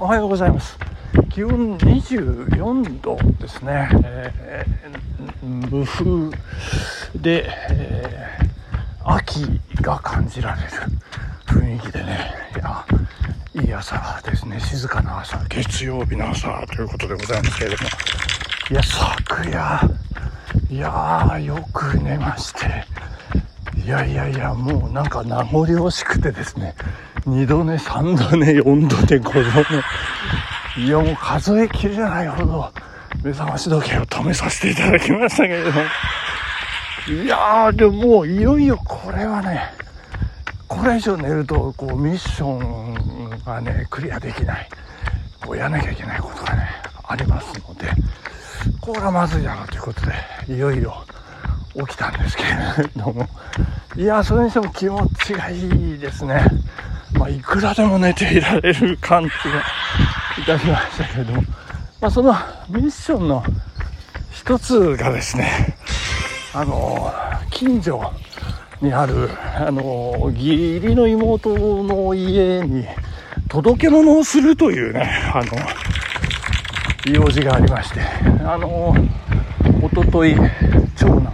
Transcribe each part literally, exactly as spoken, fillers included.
おはようございます。気温にじゅうよんどですね、えー、無風で、えー、秋が感じられる雰囲気でね、いやいい朝ですね。静かな朝、月曜日の朝ということでございますけれども、いや昨夜いやーよく寝まして、いやいやいやもうなんか名残惜しくてですね、にど寝さんど寝よんど寝ごど寝、いやもう数えきれないほど目覚まし時計を止めさせていただきましたけれども、いやーでももういよいよこれはね、これ以上寝るとこうミッションがねクリアできない、こうやらなきゃいけないことがねありますので、これはまずいだろうということでいよいよ起きたんですけれども、いやそれにしても気持ちがいいですね。まあ、いくらでも寝ていられる感じがいたしましたけれども、まあ、そのミッションの一つがですね、あの近所にあるあの義理の妹の家に届け物をするというね、あの用事がありまして、あのおととい長男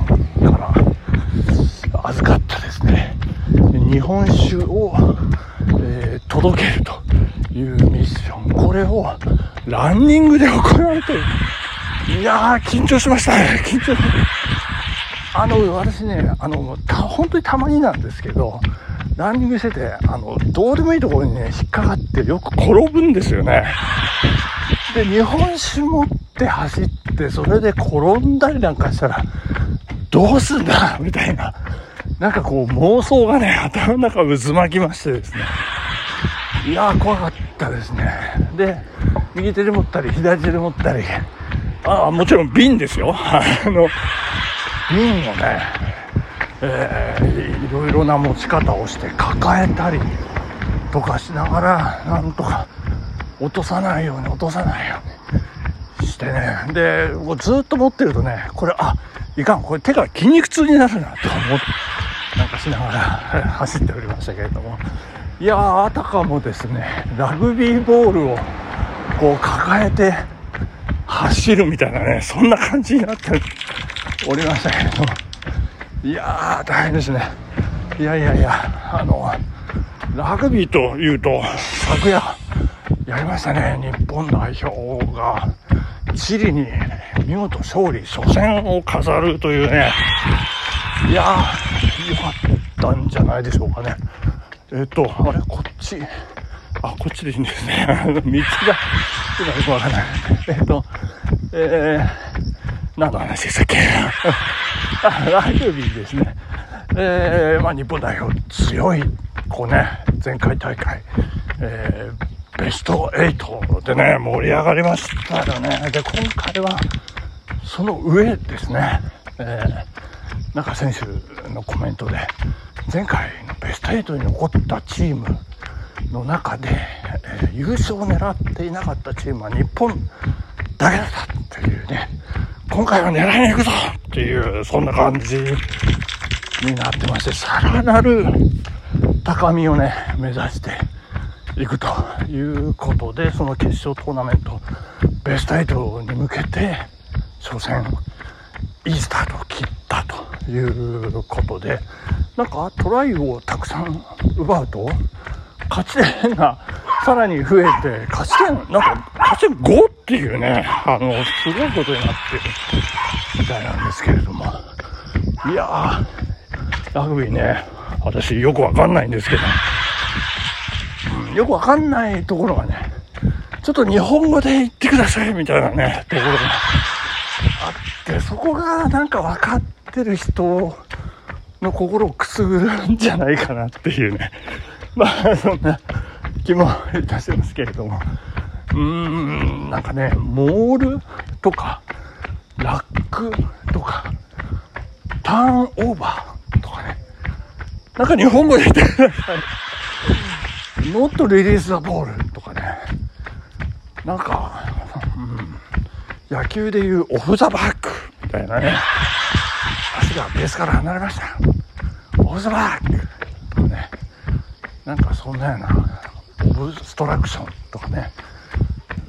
から預かったですね日本酒を、えー、届けるというミッション、これをランニングで行われている。いやー緊張しましたね。緊張しましたあの私ね、あのた本当にたまになんですけど、ランニングしててあのどうでもいいところにね引っかかってよく転ぶんですよね。で日本酒持って走って、それで転んだりなんかしたらどうすんだみたいな、なんかこう妄想がね頭の中渦巻きましてですね、いやー怖かったですね。で右手で持ったり左手で持ったり、ああもちろん瓶ですよあの瓶をね、えー、いろいろな持ち方をして抱えたりとかしながら、なんとか落とさないように落とさないようにしてね、でずっと持ってるとね、これあいかん、これ手が筋肉痛になるなと思ってなんかしながら走っておりましたけれども、いやーあたかもですねラグビーボールをこう抱えて走るみたいなね、そんな感じになっておりましたけれども、いやー大変ですね。いやいやいや、あのラグビーというと昨夜やりましたね。日本代表がチリに見事勝利、初戦を飾るというね、いやーよかったんじゃないでしょうかね。えっとあれこっち、あこっちでいいんですね道が今よくわからないえっとえー、何の話でしたっけあラグビーですね。えー、まあ日本代表強いこうね、前回大会、えー、ベストはちでね盛り上がりましたよね。で今回はその上ですね、えー、なんか選手のコメントで、前回のベストはちに残ったチームの中で、えー、優勝を狙っていなかったチームは日本だけだったっていうね、今回は狙いに行くぞっていうそんな感じになってまして、さらなる高みをね目指していくということで、その決勝トーナメントベストはちに向けて初戦いいスタートを切ったということで、なんかトライをたくさん奪うと勝ち点がさらに増えて、勝ち点なんか勝ち点ごっていうね、あのすごいことになってるみたいなんですけれども、いやーラグビーね私よくわかんないんですけど、うん、よくわかんないところがね、ちょっと日本語で言ってくださいみたいなねところがあって、そこがなんか分かってる人の心をくすぐるんじゃないかなっていうね、まあそんな気もいたしますけれども、うーんなんかねモールとかラックとかターンオーバーとかね、なんか日本語で言ってくださいノットリリースザボールとかね、なんか、うん、野球でいうオフザバックみたいなね、足がベースから離れましたオフザバックとかね、なんかそんなようなオブストラクションとかね、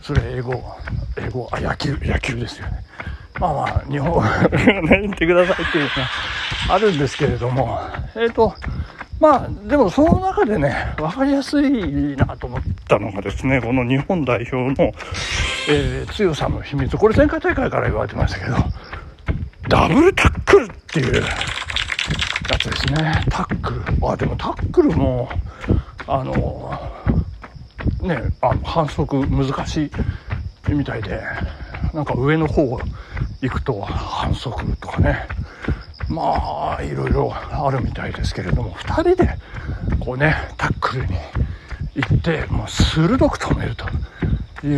それ英語英語あ野球野球ですよね。まあまあ日本語言ってくださいっていうのがあるんですけれども、えっとまあでもその中でね分かりやすいなと思ったのがですね、この日本代表の、えー、強さの秘密、これ前回大会から言われてましたけど、ダブルタックルっていうやつですね。タックル、あでもタックルもあのねあの反則難しいみたいで、なんか上の方行くと反則とかね、まあいろいろあるみたいですけれども、ふたりでこうねタックルに行ってもう鋭く止めるという、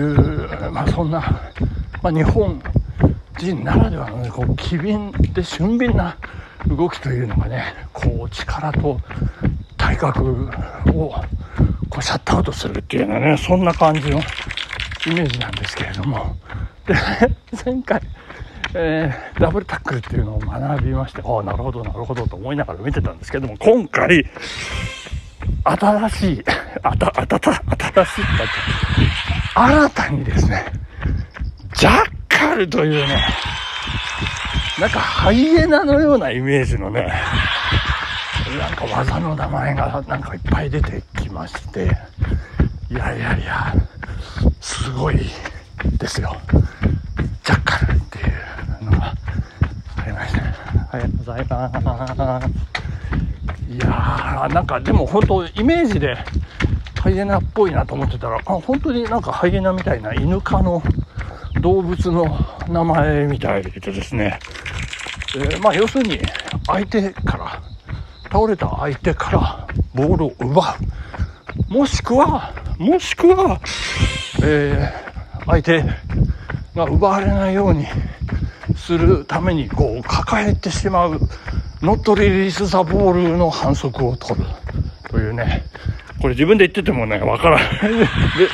まあそんな、まあ、日本人ならではのねこう機敏で俊敏な動きというのがね、こう力と体格をこうシャットアウトするっていうようなね、そんな感じのイメージなんですけれども、で前回えー、ダブルタックルっていうのを学びまして、ああなるほどなるほどと思いながら見てたんですけども、今回新しいあたあたた新しい新たにですねジャッカルというね、なんかハイエナのようなイメージのね、なんか技の名前がなんかいっぱい出てきまして、いやいやいやすごいですよ、ジャッカルっていうのがありましたね。ありがとうございます。いやーなんかでも本当イメージでハイエナっぽいなと思ってたら、あ本当になんかハイエナみたいなイヌ科の動物の名前みたいでですね、えー、まあ要するに相手から倒れた相手からボールを奪う、もしくはもしくは、えー、相手が奪われないようにするためにこう抱えてしまうノットリリースザボールの反則を取るというね、これ自分で言っててもねわからないで、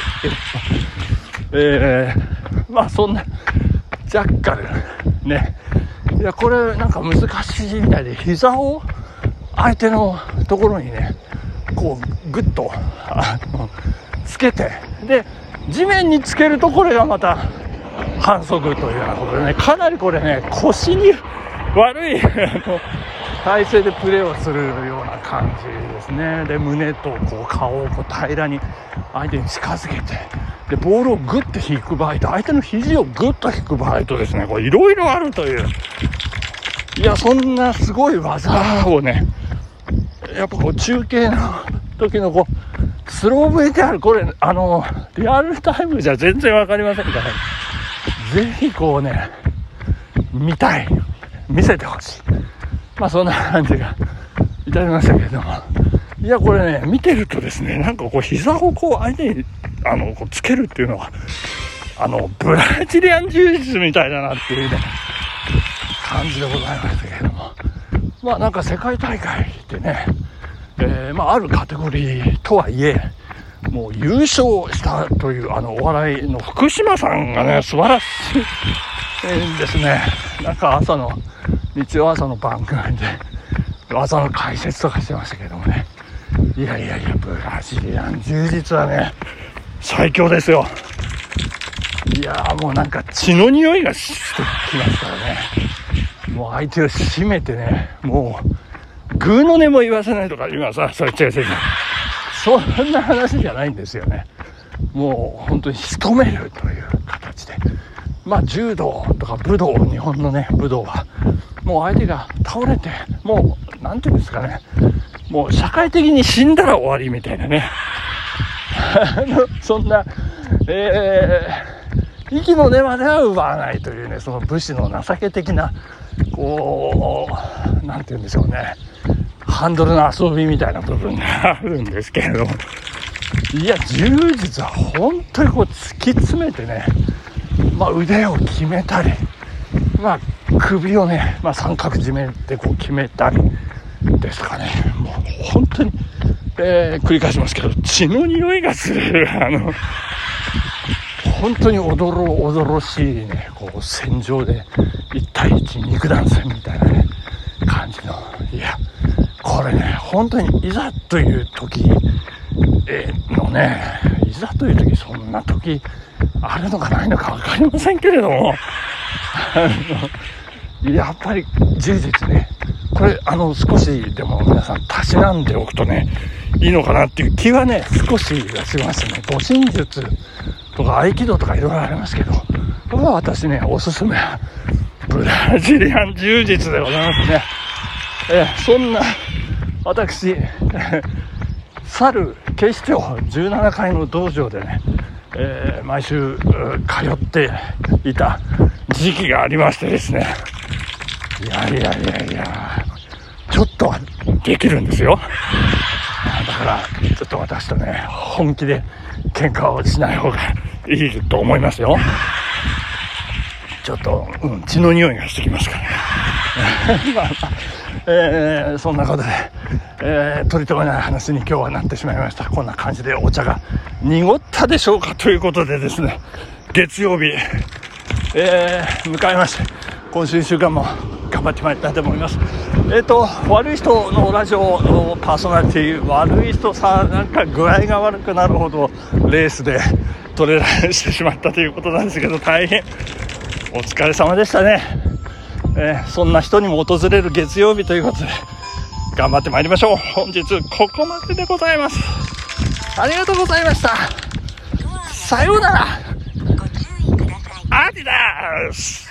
えー、まあそんなジャッカルね、いやこれなんか難しいみたいで、膝を相手のところにねこうグッとあのつけて、で地面につけるとこれがまた反則というようなことでね、かなりこれね腰に悪いあの体勢でプレーをするような感じですね。で胸とこう顔をこう平らに相手に近づけて、でボールをグッと引く場合と相手の肘をグッと引く場合とですね、これいろいろあるという、いやそんなすごい技をね、やっぱこう中継の時のこうスロー ブイティーアール、 これあのリアルタイムじゃ全然わかりませんから、ぜひこうね見たい、見せてほしい、まあそんな感じがいたしましたけれども、いやこれね見てるとですね、なんかこう膝をこう相手にあのこうつけるっていうのはあのブラジリアン柔術みたいだなっていうね感じでございましたけれども、まあなんか世界大会でね、えー、まああるカテゴリーとはいえもう優勝したというあのお笑いの福島さんがね素晴らしいですね。なんか朝の日曜朝の番組で技の解説とかしてましたけどもね、いやいやいやブラジリアン柔術はね最強ですよ。いやーもうなんか血の匂いがしてきますからね、もう相手を締めてね、もうグーの音も言わせないとか今さ、それ違う違う、そんな話じゃないんですよね。もう本当に仕留めるという形で、まあ柔道とか武道、日本のね武道はもう相手が倒れてもうなんていうんですかね、もう社会的に死んだら終わりみたいなねそんな、えー、息の根までは奪わないというね、その武士の情け的なこうなんていうんでしょうね、ハンドルの遊びみたいな部分があるんですけれども、いや柔術は本当にこう突き詰めてね、まあ腕を決めたり、まあ首をね、まあ、三角締めでこう決めたりですかね、もう本当に、えー、繰り返しますけど血の匂いがするあの本当におどろおどろしいね、こう戦場で一対一肉弾戦みたいなね感じの、いやこれね本当にいざという時、えー、のねいざという時そんな時あるのかないのか分かりませんけれども、やっぱり充実ね、これあの少しでも皆さんたしなんでおくとねいいのかなっていう気はね少しがしますね。護身術とか合気道とかいろいろありますけど、これは私ねおすすめはブラジリアン柔術でございますね。えー、そんな私去る警視庁じゅうななかいの道場でね、えー、毎週通っていた時期がありましてですね、いやいやいやいやちょっとはできるんですよ。だからちょっと私とね本気で喧嘩をしない方がいいと思いますよ。ちょっと、うん、血の匂いがしてきますからまあ、えー、そんなことで、えー、取り留めない話に今日はなってしまいました。こんな感じでお茶が濁ったでしょうかということでですね、月曜日、えー、迎えまして、今週いっしゅうかんも頑張ってまいりたいと思います。えっと悪い人のラジオのパーソナリティ、悪い人さ、なんか具合が悪くなるほどレースでトレーラーしてしまったということなんですけど、大変お疲れ様でしたね。えー、そんな人にも訪れる月曜日ということで頑張ってまいりましょう。本日ここまででございます。ありがとうございました。さようなら。アディダース。